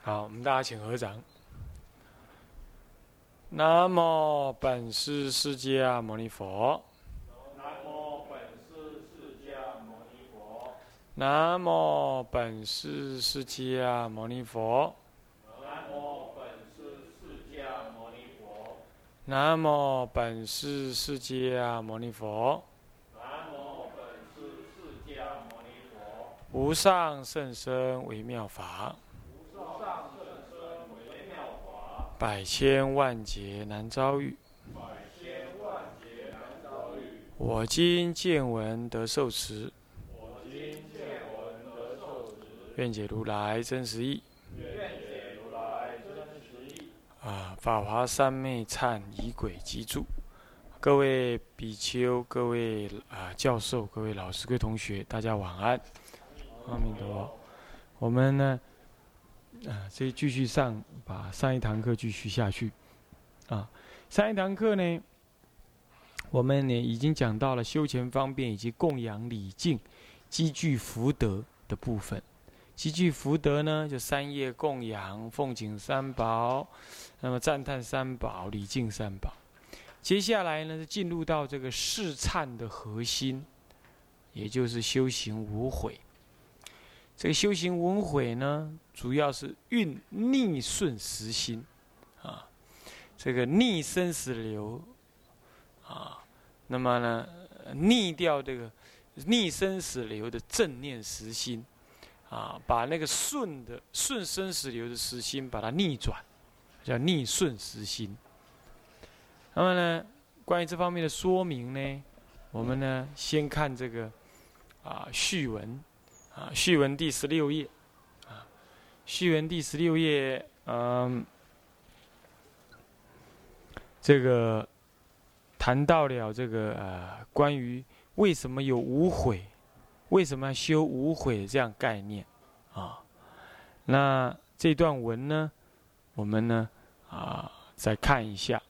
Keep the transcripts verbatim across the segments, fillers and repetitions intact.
好，我们大家请合掌。南无本师释迦牟尼佛。 南无本师释迦牟尼佛。 南无本师释迦牟尼佛。 南无本师释迦牟尼佛。 南无本师释迦牟尼佛。 南无本师释迦牟尼佛。 无上甚深微妙法， 无上甚深微妙法， 百千万劫难遭遇。 百千万劫难遭遇。 我今见闻得受持， 我今见闻得受持， 愿解如来真实义。 愿解如来真实义。 啊，法华三昧忏仪轨集注，各位比丘、各位啊教授、各位老师、各位同学，大家晚安。阿弥陀佛。我们呢，啊，这继续上，把上一堂课继续下去。啊，上一堂课呢，我们呢已经讲到了修前方便以及供养礼敬、积聚福德的部分。积聚福德呢，就三业供养、奉请三宝，那么赞叹三宝、礼敬三宝。接下来呢，是进入到这个试忏的核心，也就是修行无悔。这个修行无悔呢，主要是运逆顺时心啊，这个逆生死流啊，那么呢，逆掉这个逆生死流的正念实心。啊，把那个顺的顺生死流的实心，把它逆转，叫逆顺实心。那么呢，关于这方面的说明呢，我们呢先看这个啊序文啊序文第十六页啊序文第十六页，嗯，这个谈到了这个呃关于为什么有无悔。为什么要修无悔这样概念啊？那这段文呢，我们呢啊再看一下。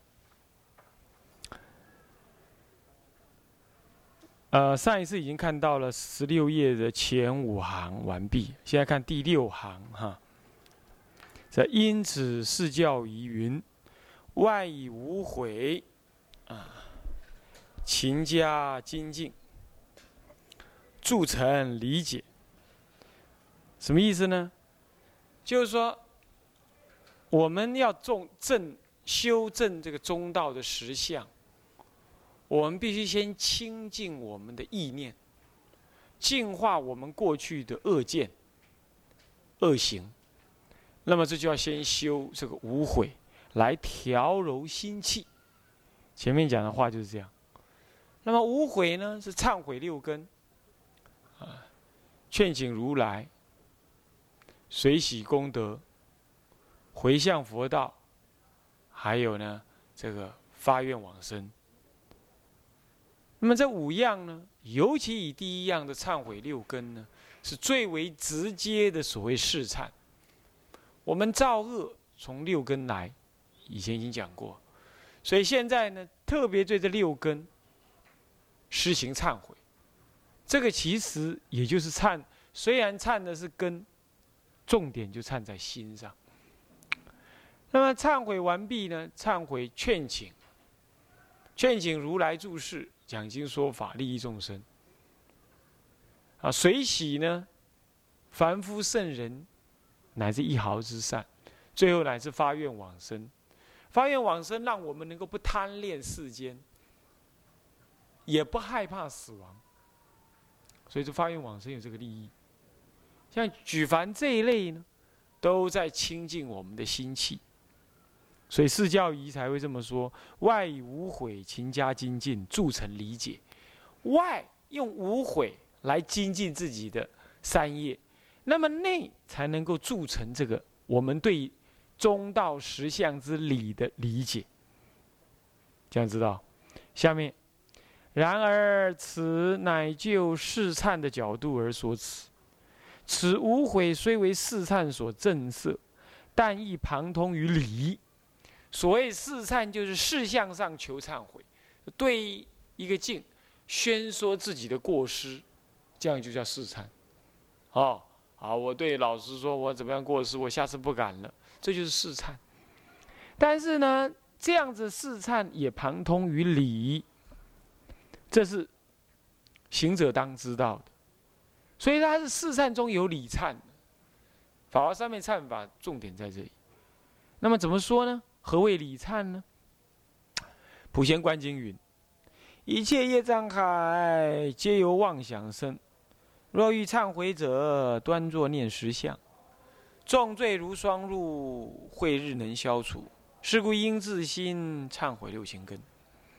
呃，上一次已经看到了十六页的前五行完毕，现在看第六行哈。这因此释教仪云：外以无悔啊，勤加精进。助成理解，什么意思呢？就是说，我们要重正修正这个中道的实相，我们必须先清净我们的意念，净化我们过去的恶见、恶行。那么这就要先修这个无悔，来调柔心气。前面讲的话就是这样。那么无悔呢，是忏悔六根。啊，劝请如来，随喜功德，回向佛道，还有呢，这个发愿往生。那么这五样呢，尤其以第一样的忏悔六根呢，是最为直接的所谓试忏。我们造恶从六根来，以前已经讲过，所以现在呢，特别对这六根施行忏悔。这个其实也就是忏，虽然忏的是根，重点就忏在心上。那么忏悔完毕呢？忏悔劝请，劝请如来住世，讲经说法，利益众生。啊，随喜呢，凡夫圣人乃至一毫之善，最后乃至发愿往生。发愿往生，让我们能够不贪恋世间，也不害怕死亡。所以这发愿往生有这个利益，像举凡这一类呢，都在清净我们的心气。所以释教仪才会这么说：外以无悔，勤加精进，助成理解。外用无悔来精进自己的三业，那么内才能够助成这个我们对中道实相之理的理解。这样知道？下面。然而，此乃就试忏的角度而说此。此无悔虽为试忏所震慑，但亦旁通于理。所谓试忏，就是事项上求忏悔，对一个境宣说自己的过失，这样就叫试忏。哦， 好，我对老师说我怎么样过世，我下次不敢了，这就是试忏。但是呢，这样子试忏也旁通于礼，这是行者当知道的。所以他是试忏中有礼忏的，法华三昧忏法重点在这里。那么怎么说呢？何谓礼忏呢？普贤观经云：一切业障海，皆由妄想生。若欲忏悔者，端坐念实相。重罪如霜露，慧日能消除。是故应自心忏悔六情根。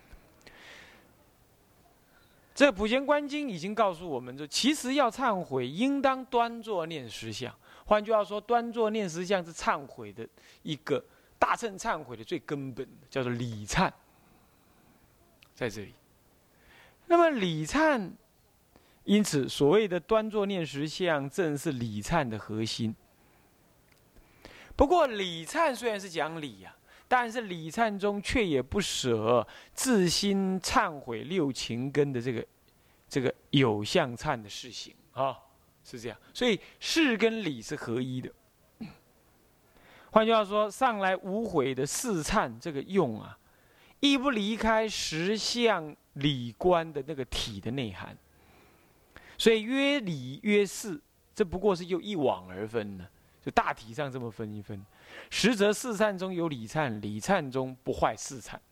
这普贤观经已经告诉我们，这其实要忏悔，应当端坐念实相。换句话说，端坐念实相是忏悔的一个大乘忏悔的最根本的，叫做礼忏，在这里。那么礼忏，因此所谓的端坐念实相，正是礼忏的核心。不过礼忏虽然是讲礼呀、啊，但是礼忏中却也不舍自心忏悔六情根的这个这个有相忏的事行啊，是这样。所以事跟礼是合一的。换句话说，上来无悔的四忏这个用啊，亦不离开实相理观的那个体的内涵。所以约理约事，这不过是又一往而分呢，就大体上这么分一分。实则四忏中有礼忏，礼忏中不坏四忏。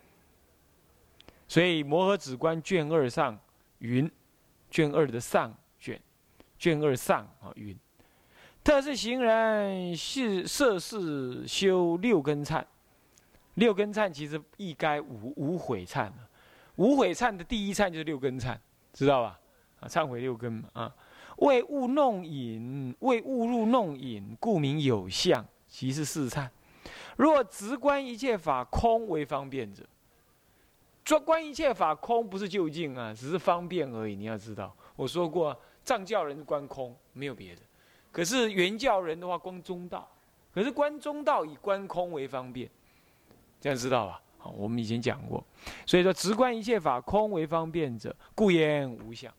所以摩诃止观卷二上云，卷二的上卷，卷二上啊云。特是行人是涉世修六根忏，六根忏其实亦该无无悔忏了。无悔忏的第一忏就是六根忏，知道吧？啊，忏悔六根嘛啊。为误弄引，为误入弄引，故名有相，即是四忏。若直观一切法空为方便者，说观一切法空不是究竟啊，只是方便而已。你要知道，我说过，藏教人观空没有别的。可是原教人的话，观中道，可是观中道以观空为方便，这样知道吧？好，我们以前讲过，所以说直观一切法空为方便者，故言无相。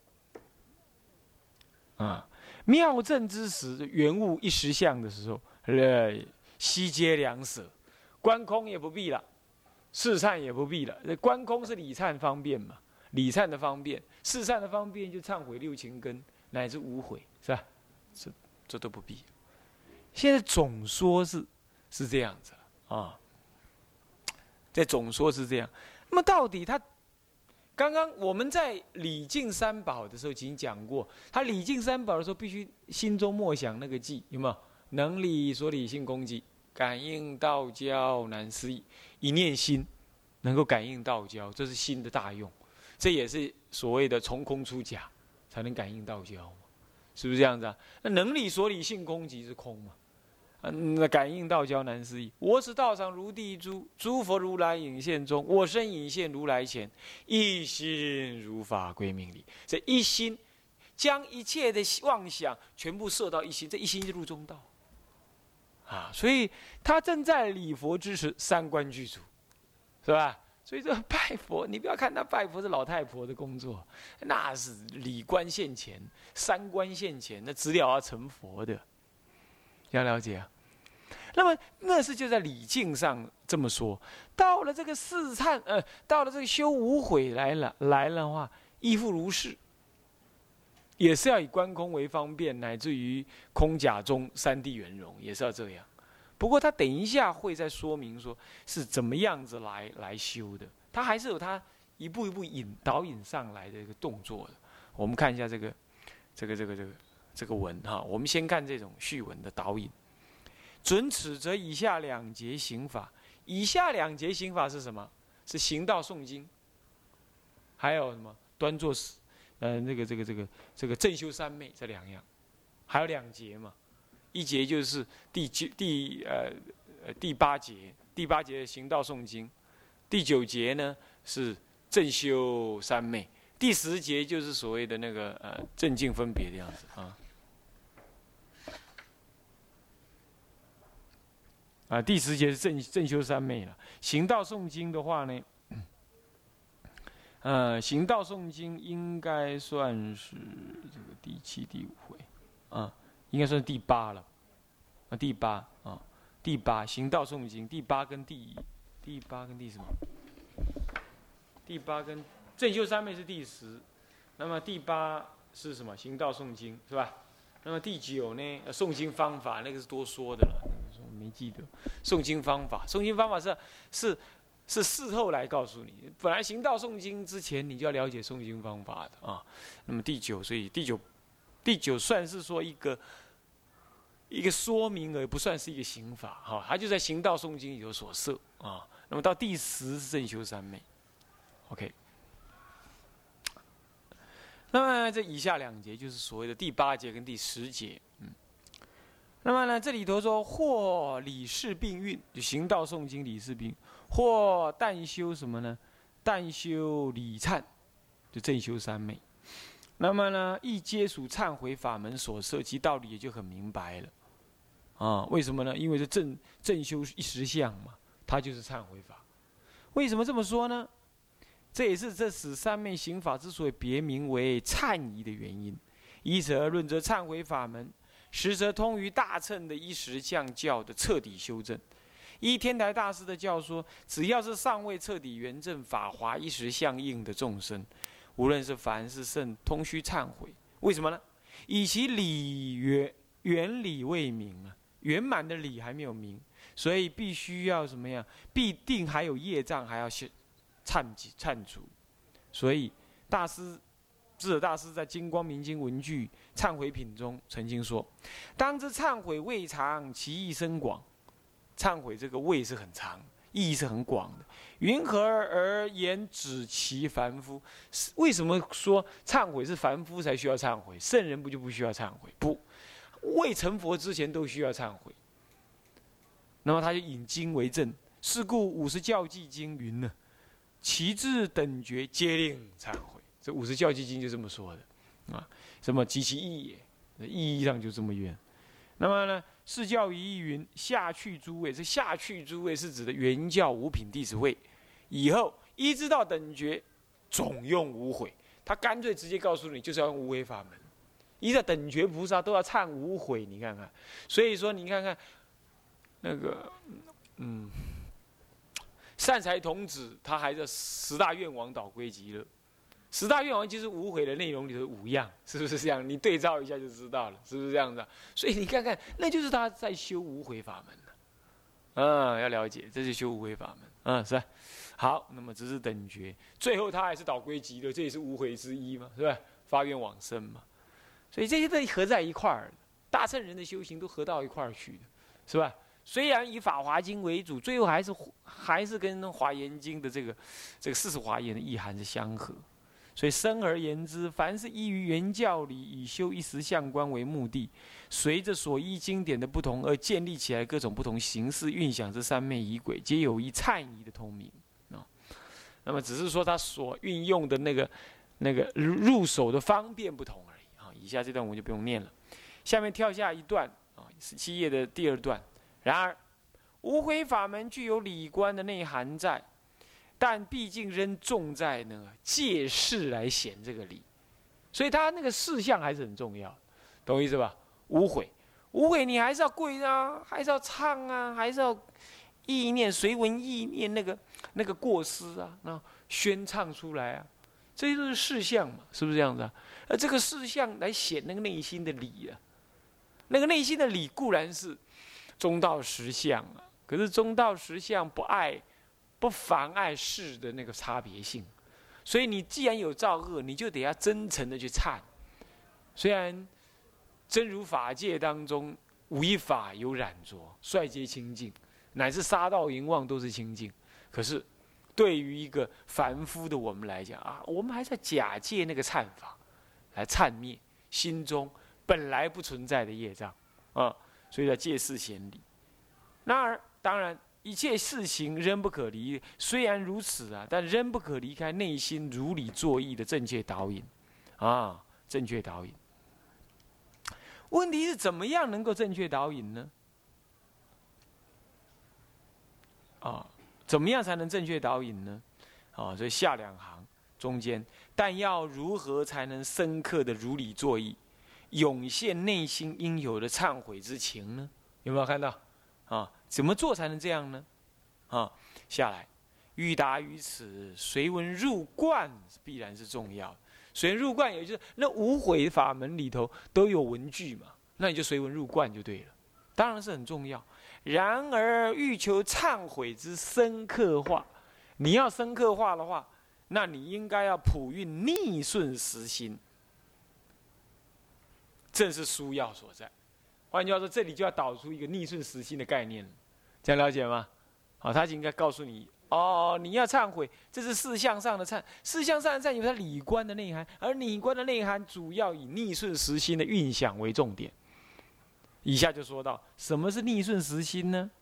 啊，妙正之时，原物一实相的时候，呃，悉皆两舍，观空也不必了，试忏也不必了。观空是礼忏方便嘛，礼忏的方便，试忏的方便就忏悔六情根乃至无悔，是吧？这这都不必。现在总说是是这样子啊，在总说是这样。那么到底他？刚刚我们在礼敬三宝的时候已经讲过，他礼敬三宝的时候必须心中默想那个偈，有没有？能理所理性空寂，感应道交难思议。一念心能够感应道交，这是心的大用，这也是所谓的从空出假，才能感应道交嘛，是不是这样子啊？那能理所理性空寂是空嘛？嗯，那感应道交难思议。我此道场如地珠，诸佛如来影现中，我身影现如来前，一心如法归命理。这一心，将一切的妄想全部摄到一心，这一心就入中道。啊，所以他正在礼佛之时，三观具足，是吧？所以这拜佛，你不要看他拜佛是老太婆的工作，那是礼观现前，三观现前，那资料要成佛的。要了解啊，那么那是就在礼敬上这么说。到了这个四忏，呃，到了这个修无悔来了来了的话，亦复如是，也是要以观空为方便，乃至于空假中三谛圆融，也是要这样。不过他等一下会再说明说是怎么样子来来修的，他还是有他一步一步引导引上来的一个动作的。我们看一下这个，这个，这个，这个。这个文哈，我们先看这种序文的导引。准此则以下两节行法，以下两节行法是什么？是行道诵经，还有什么端坐时，呃，那个这个这个这个正修三昧这两样，还有两节嘛。一节就是第九第呃呃第八节，第八节行道诵经，第九节呢是正修三昧。第十节就是所谓的那个呃正境分别的样子啊，啊，第十节是正正修三昧了。行道诵经的话呢，呃，行道诵经应该算是这个第七、第五回啊， 应该算是第八了，啊，第八啊，第八行道诵经，第八跟第第八跟第什么？第八跟正修三昧是第十，那么第八是什么？行道诵经是吧？那么第九呢？呃诵经方法那个是多说的了，没记得。诵经方法，诵经方法是是是事后来告诉你，本来行道诵经之前你就要了解诵经方法的啊。那么第九，所以第九第九算是说一个一个说明，而不算是一个刑法哈，它就在行道诵经有所涉啊。那么到第十是正修三昧 ，OK。那么这以下两节就是所谓的第八节跟第十节，嗯。那么呢，这里头说或理事并运，就行道诵经理事并，或但修什么呢？但修理忏，就正修三昧。那么呢，一皆属忏悔法门所摄，其道理也就很明白了。啊，为什么呢？因为这正正修一实相嘛，它就是忏悔法。为什么这么说呢？这也是这使三昧行法之所以别名为忏仪的原因。依此而论，则忏悔法门实则通于大乘的一实相教的彻底修正。依天台大师的教说，只要是尚未彻底圆正法华一实相应的众生，无论是凡是圣，通须忏悔。为什么呢？以其理原原理未明啊，圆满的理还没有明，所以必须要什么样？必定还有业障，还要忏忏除。所以大师智者大师在《金光明经文句忏悔品》中曾经说：“当知忏悔未长，其意深广。”忏悔这个谓是很长，意义是很广的。云何而言指其凡夫？为什么说忏悔是凡夫才需要忏悔？圣人不就不需要忏悔？不，未成佛之前都需要忏悔。那么他就引经为证，是故五十教记经云呢，其智等觉皆令忏悔。这五十教记经就这么说的啊，什么及其义也，意义上就这么远。那么呢，释教于义云下去诸位，这下去诸位是指的原教五品弟子位，以后依之道等觉，总用无悔。他干脆直接告诉你，就是要用无悔法门。依照等觉菩萨都要忏无悔，你看看。所以说，你看看那个，嗯，善财童子他还在十大愿王导归极乐。十大愿王就是无悔的内容里头五样，是不是这样？你对照一下就知道了，是不是这样子？所以你看看，那就是他在修无悔法门了。嗯，要了解，这是修无悔法门。嗯，是吧？好，那么只是等觉，最后他还是导归极乐，这也是无悔之一嘛，是吧？发愿往生嘛。所以这些都合在一块儿，大乘人的修行都合到一块儿去的，是吧？虽然以《法华经》为主，最后还是还是跟《华严经》的这个这个四十华严的意涵是相合。所以深而言之，凡是依于原教理以修一时相观为目的，随着所依经典的不同而建立起来各种不同形式运想之三昧仪轨，皆有一忏仪的通明啊。那么只是说他所运用的那个那个入手的方便不同而已啊。以下这段我们就不用念了，下面跳下一段啊，十七页的第二段。然而，无悔法门具有理观的内涵在。但毕竟仍重在那个借事来显这个理，所以他那个事项还是很重要，懂我意思吧？无悔，无悔，你还是要跪啊，还是要唱啊，还是要意念随文意念那个那个过失啊，那宣唱出来啊，这些都是事项嘛，是不是这样子啊？而这个事项来显那个内心的理啊，那个内心的理固然是中道实相啊，可是中道实相不爱。不妨碍事的那个差别性，所以你既然有造恶，你就得要真诚的去忏。虽然真如法界当中无一法有染着，率皆清净，乃至杀盗淫妄都是清净，可是对于一个凡夫的我们来讲啊，我们还在假借那个忏法来忏灭心中本来不存在的业障啊，所以要借事显理。然而，当然。一切事情仍不可离，虽然如此啊，但仍不可离开内心如理作意的正确导引，啊，正确导引。问题是怎么样能够正确导引呢？啊，怎么样才能正确导引呢？啊，所以下两行中间，但要如何才能深刻的如理作意？ 涌现内心应有的忏悔之情呢？有没有看到？啊，怎么做才能这样呢？啊，下来，欲达于此，随文入观必然是重要。随文入观，也就是那无悔法门里头都有文句嘛，那你就随文入观就对了，当然是很重要。然而欲求忏悔之深刻化，你要深刻化的话，那你应该要普运逆顺时心，正是书要所在。换句话说，这里就要导出一个逆顺时心的概念了，这样了解吗？好，他就应该告诉你，哦，你要忏悔，这是事项上的忏，事项上的忏有它理观的内涵，而理观的内涵主要以逆顺时心的运想为重点。以下就说到，什么是逆顺时心呢？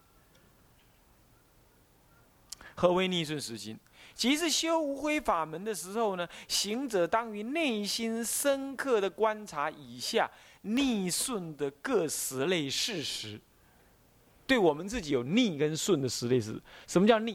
何为逆顺时心？即是修无悔法门的时候呢，行者当于内心深刻的观察以下逆顺的各十类事实。对我们自己有逆跟顺的十类事。什么叫逆？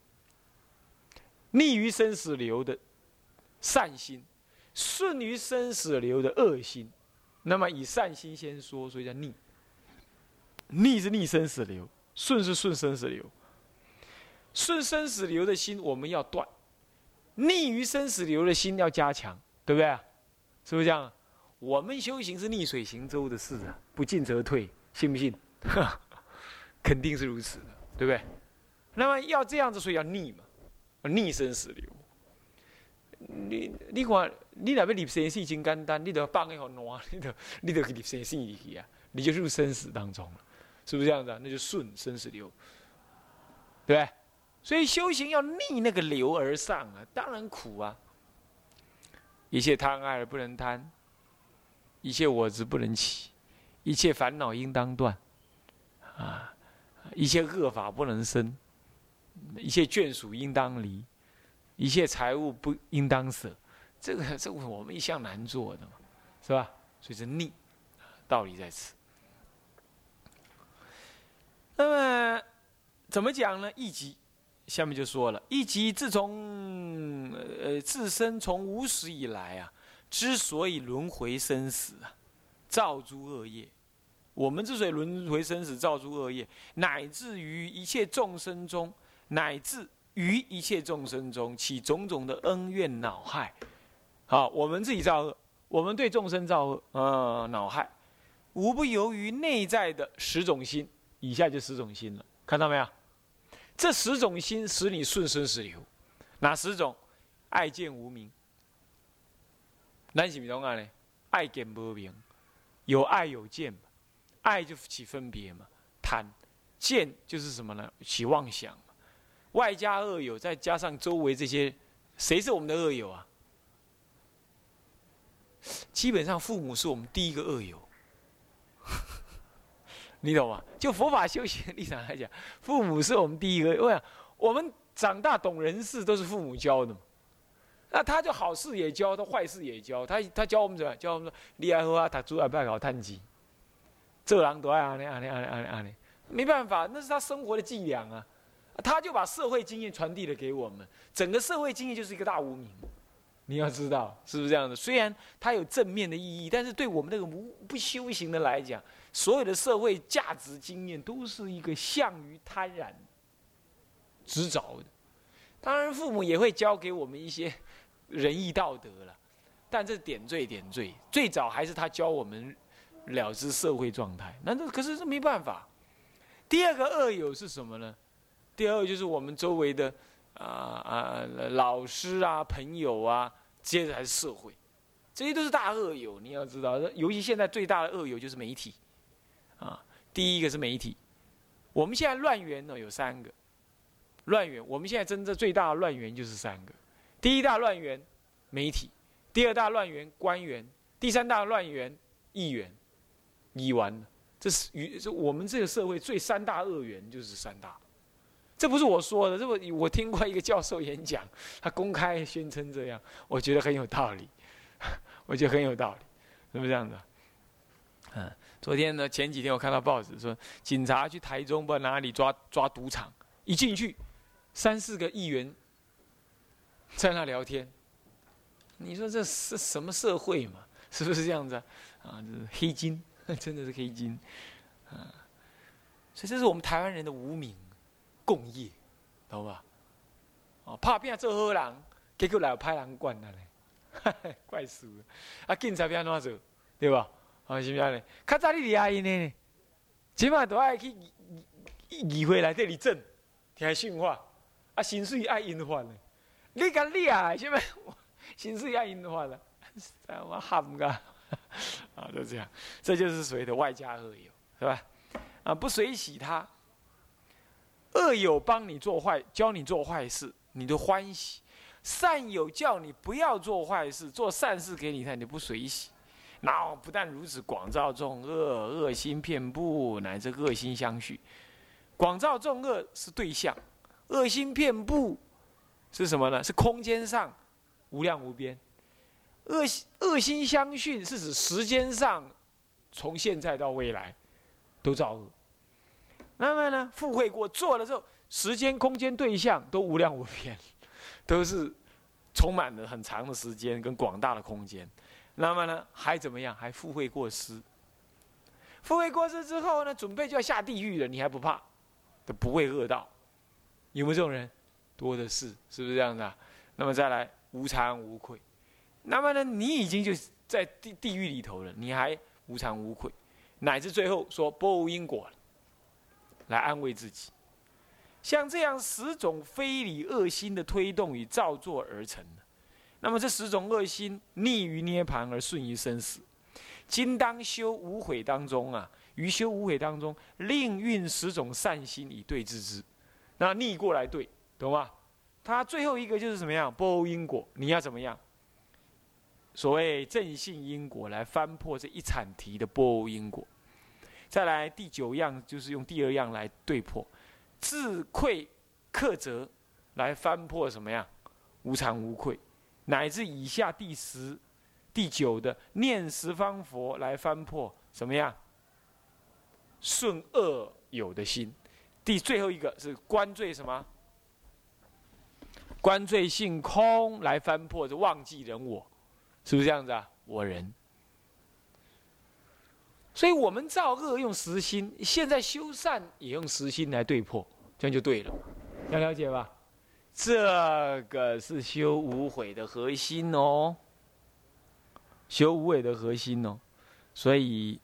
逆于生死流的善心，顺于生死流的恶心。那么以善心先说，所以叫逆。逆是逆生死流，顺是顺生死流。顺生死流的心我们要断，逆于生死流的心要加强，对不对啊？是不是这样？我们修行是逆水行舟的事啊，不进则退，信不信？肯定是如此的，对不对？那么要这样子，所以要逆嘛，逆生死流。你你看，你若要入生死真简单，你就放一个暖，你就你就入生死里去啊，你就入生死当中了，是不是这样子啊？那就顺生死流，对不对？所以修行要逆那个流而上啊，当然苦啊。一切贪爱而不能贪，一切我执不能起，一切烦恼应当断，啊，一切恶法不能生，一切眷属应当离，一切财物不应当舍。这个这个我们一向难做的嘛，是吧？所以是逆，道理在此。那么怎么讲呢？一即。下面就说了，一即自从呃自身从无始以来啊，之所以轮回生死啊，造诸恶业。我们之所以轮回生死，造诸恶业，乃至于一切众生中，乃至于一切众生中起种种的恩怨恼害。好，我们自己造恶，我们对众生造恶，呃，恼害，无不由于内在的十种心。以下就十种心了，看到没有？这十种心使你顺生死流，哪十种？爱见无明，咱是不是讲呢？爱见无明，有爱有见嘛，爱就起分别嘛，贪，见就是什么呢？起妄想嘛，外加恶友，再加上周围这些，谁是我们的恶友啊？基本上父母是我们第一个恶友。你懂吗？就佛法修行的立场来讲，父母是我们第一个。为什么？我们长大懂人事都是父母教的嘛。那他就好事也教，他坏事也教。他他教我们怎么样？教我们说，你爱好啊，读书爱不爱搞探机，这人都爱安尼安尼安尼安尼安尼。没办法，那是他生活的伎俩啊。他就把社会经验传递了给我们，整个社会经验就是一个大无明。你要知道是不是这样的？虽然它有正面的意义，但是对我们那个不不修行的来讲，所有的社会价值经验都是一个向于贪婪执着的。当然，父母也会教给我们一些仁义道德了，但这点缀点缀，最早还是他教我们了知社会状态。那这可是这没办法。第二个恶友是什么呢？第二个就是我们周围的啊啊老师啊、朋友啊。接着还是社会，这些都是大恶友。你要知道，尤其现在最大的恶友就是媒体，啊，第一个是媒体。我们现在乱源呢有三个，乱源，我们现在真正最大的乱源就是三个：第一大乱源媒体，第二大乱源官员，第三大乱源议员。议完了，这是与这我们这个社会最三大恶源就是三大。这不是我说的，这我我听过一个教授演讲，他公开宣称这样，我觉得很有道理，我觉得很有道理，是不是这样的？嗯，昨天呢，前几天我看到报纸说，警察去台中不知道哪里抓抓赌场，一进去，三四个议员在那聊天，你说这是什么社会嘛？ 是不是这样子啊？啊，这是黑金，真的是黑金啊！所以这是我们台湾人的无名共业，懂吧？哦，拍拼做好人，结果来有歹人惯了嘞，怪事了！啊，警察要安怎做，对吧？啊，是不是呢？较早你厉害因呢，起码都爱去议会内底里证，听训话，啊，薪水爱因还呢。你敢厉害，什么？薪水爱因还了，我喊个啊，就这样，这就是所谓的外加恶友，是吧？啊，不随喜他，恶友帮你做坏，教你做坏事，你都欢喜；善友叫你不要做坏事，做善事给你看，你不随喜。然后不但如此，广造众恶，恶心遍布，乃至恶心相续。广造众恶是对象，恶心遍布是什么呢？是空间上无量无边。恶恶心相续是指时间上，从现在到未来都造恶。那么呢，富慧过做了之后，时间、空间、对象都无量无边，都是充满了很长的时间跟广大的空间。那么呢，还怎么样？还富慧过失。富慧过失之后呢，准备就要下地狱了，你还不怕？都不会恶道。有没有这种人？多的是，是不是这样子啊？那么再来，无惭无愧。那么呢，你已经就在地地狱里头了，你还无惭无愧，乃至最后说波无因果，来安慰自己。像这样十种非礼恶心的推动与造作而成的，那么这十种恶心逆于涅盘而顺于生死，今当修无悔当中啊，于修无悔当中，另运十种善心以对治之，那逆过来对，懂吗？他最后一个就是怎么样？波因果，你要怎么样？所谓正信因果来翻破这一阐题的波因果。再来第九样就是用第二样来对破，自愧克责来翻破什么样？无惭无愧，乃至以下第十、第九的念十方佛来翻破什么样？顺恶有的心。第最后一个是观罪什么？观罪性空来翻破这忘记人我，是不是这样子啊？我人。所以我们造恶用实心，现在修善也用实心来对破，这样就对了，要了解吧？这个是修无悔的核心哦，修无悔的核心哦。所以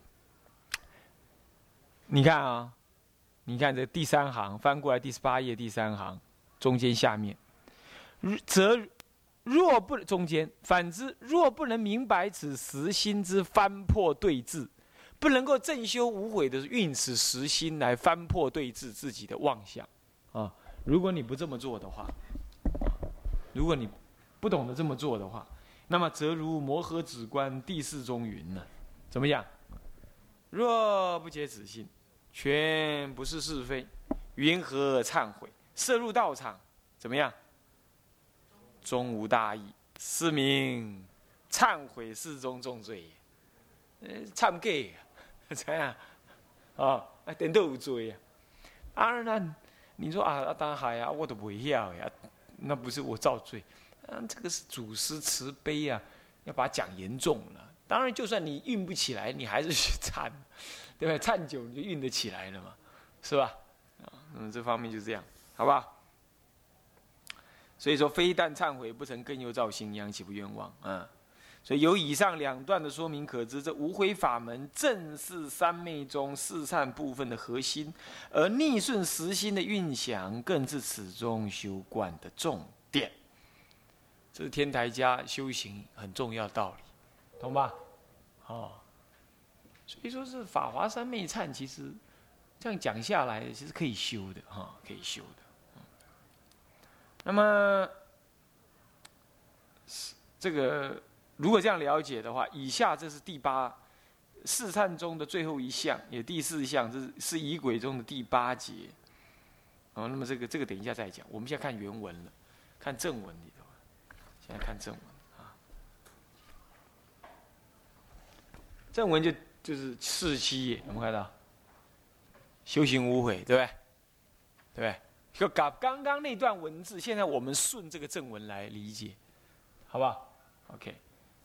你看啊，你看这第三行翻过来第十八页第三行中间下面，则若不中间，反之若不能明白此实心之翻破对治，不能够正修无悔的运此实心来翻破对治自己的妄想啊！如果你不这么做的话，如果你不懂得这么做的话，那么则如摩诃止观第四中云呢？怎么样？若不解此心，全不是是非，云何忏悔？摄入道场，怎么样？终无大益，是名忏悔事中重罪也。呃，忏悔啊，怎样？啊，点都有罪啊。当然，你说啊，当海啊，我都不要呀，那不是我造罪，啊，这个是祖师慈悲啊，要把它讲严重了。当然，就算你运不起来，你还是去忏，对不对？忏久你就运得起来了嘛，是吧？啊，嗯，这方面就这样，好不好？所以说，非但忏悔，不曾更又造新殃，岂不冤枉啊？所以由以上两段的说明可知，这无悔法门正是三昧中四忏部分的核心，而逆顺实心的运想，更是此中修观的重点。这是天台家修行很重要的道理，懂吧？哦，所以说是法华三昧忏，其实这样讲下来，其实可以修的哈，可以修的。那么这个如果这样了解的话，以下这是第八四忏中的最后一项，也第四项，这是是仪轨中的第八节。哦，那么这个这个等一下再讲，我们现在看原文了，看正文里头。现在看正文啊，正文就就是四七页，有没有看到？修行无悔，对不对？对不对？就刚刚刚那段文字，现在我们顺这个正文来理解，好不好 ？OK，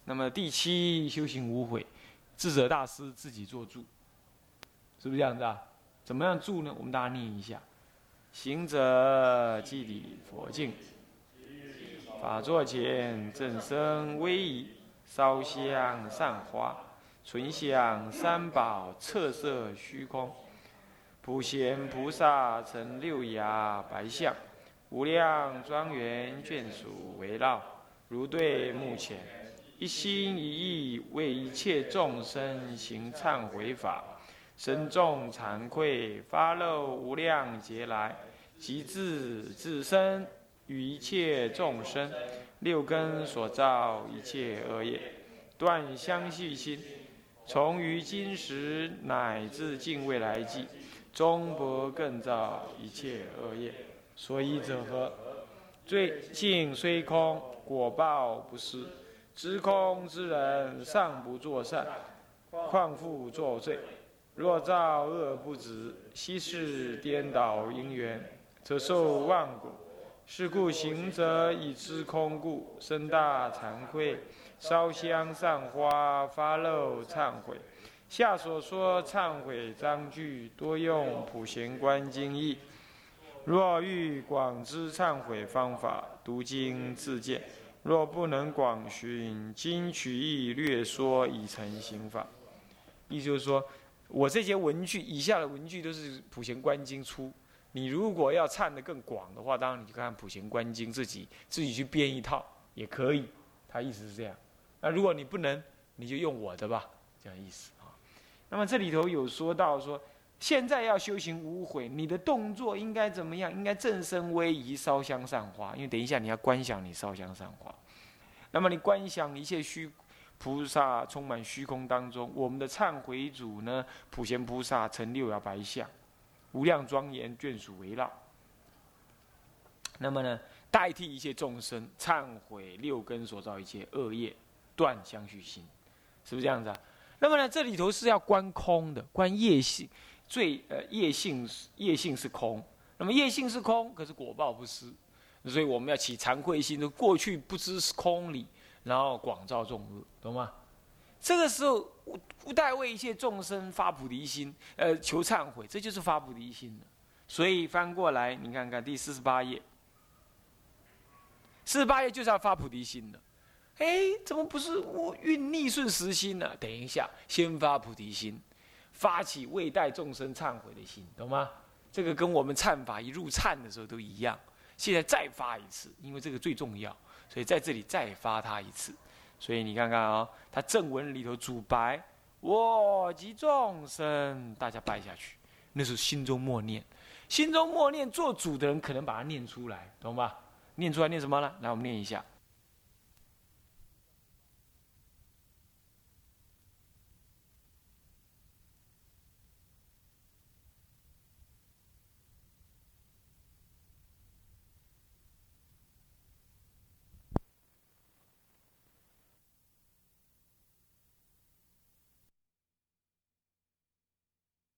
那么第七修行无悔，智者大师自己做注，是不是这样子啊？怎么样注呢？我们大家念一下：行者即礼佛境，法座前正身威仪，烧香散花，存想三宝，侧摄虚空。普贤菩萨成六牙白象，无量庄严眷属围绕，如对目前，一心一意为一切众生行忏悔法，深重惭愧，发露无量劫来，及至自身与一切众生六根所造一切恶业，断相续心，从于今时乃至尽未来际，终不更造一切恶业。所以者何？罪性虽空，果报不失。知空之人，尚不作善，况复作罪？若造恶不止，悉是颠倒因缘，则受万果。是故行者以知空故，深大惭愧，烧香散花，发露忏悔。下所说忏悔章句，多用普贤观经义。若欲广知忏悔方法，读经自见；若不能广寻，经取义略说，以成行法。意思就是说，我这些文句，以下的文句都是普贤观经出。你如果要忏得更广的话，当然你就看普贤观经，自己自己去编一套也可以。他意思是这样。那如果你不能，你就用我的吧，这样意思啊。那么这里头有说到说，现在要修行无悔，你的动作应该怎么样？应该正身威仪，烧香散花。因为等一下你要观想你烧香散花，那么你观想一切虚菩萨充满虚空当中，我们的忏悔主呢，普贤菩萨成六牙白象，无量庄严眷属围绕。那么呢，代替一切众生忏悔六根所造一切恶业，断相续心，是不是这样子啊？那么呢，这里头是要观空的，观业性。最呃业性业性是空，那么业性是空，可是果报不失，所以我们要起惭愧心，就过去不知是空理，然后广造众恶，懂吗？这个时候不待为一切众生发菩提心，呃求忏悔，这就是发菩提心了。所以翻过来，你看看第四十八页，四十八页就是要发菩提心的。哎，怎么不是我运逆顺时心呢？等一下，先发菩提心。发起未待众生忏悔的心，懂吗？这个跟我们忏法一入忏的时候都一样。现在再发一次，因为这个最重要，所以在这里再发他一次。所以你看看啊、哦，他正文里头主白，我及众生，大家拜下去，那是心中默念，心中默念，做主的人可能把它念出来，懂吧？念出来念什么呢？来，我们念一下。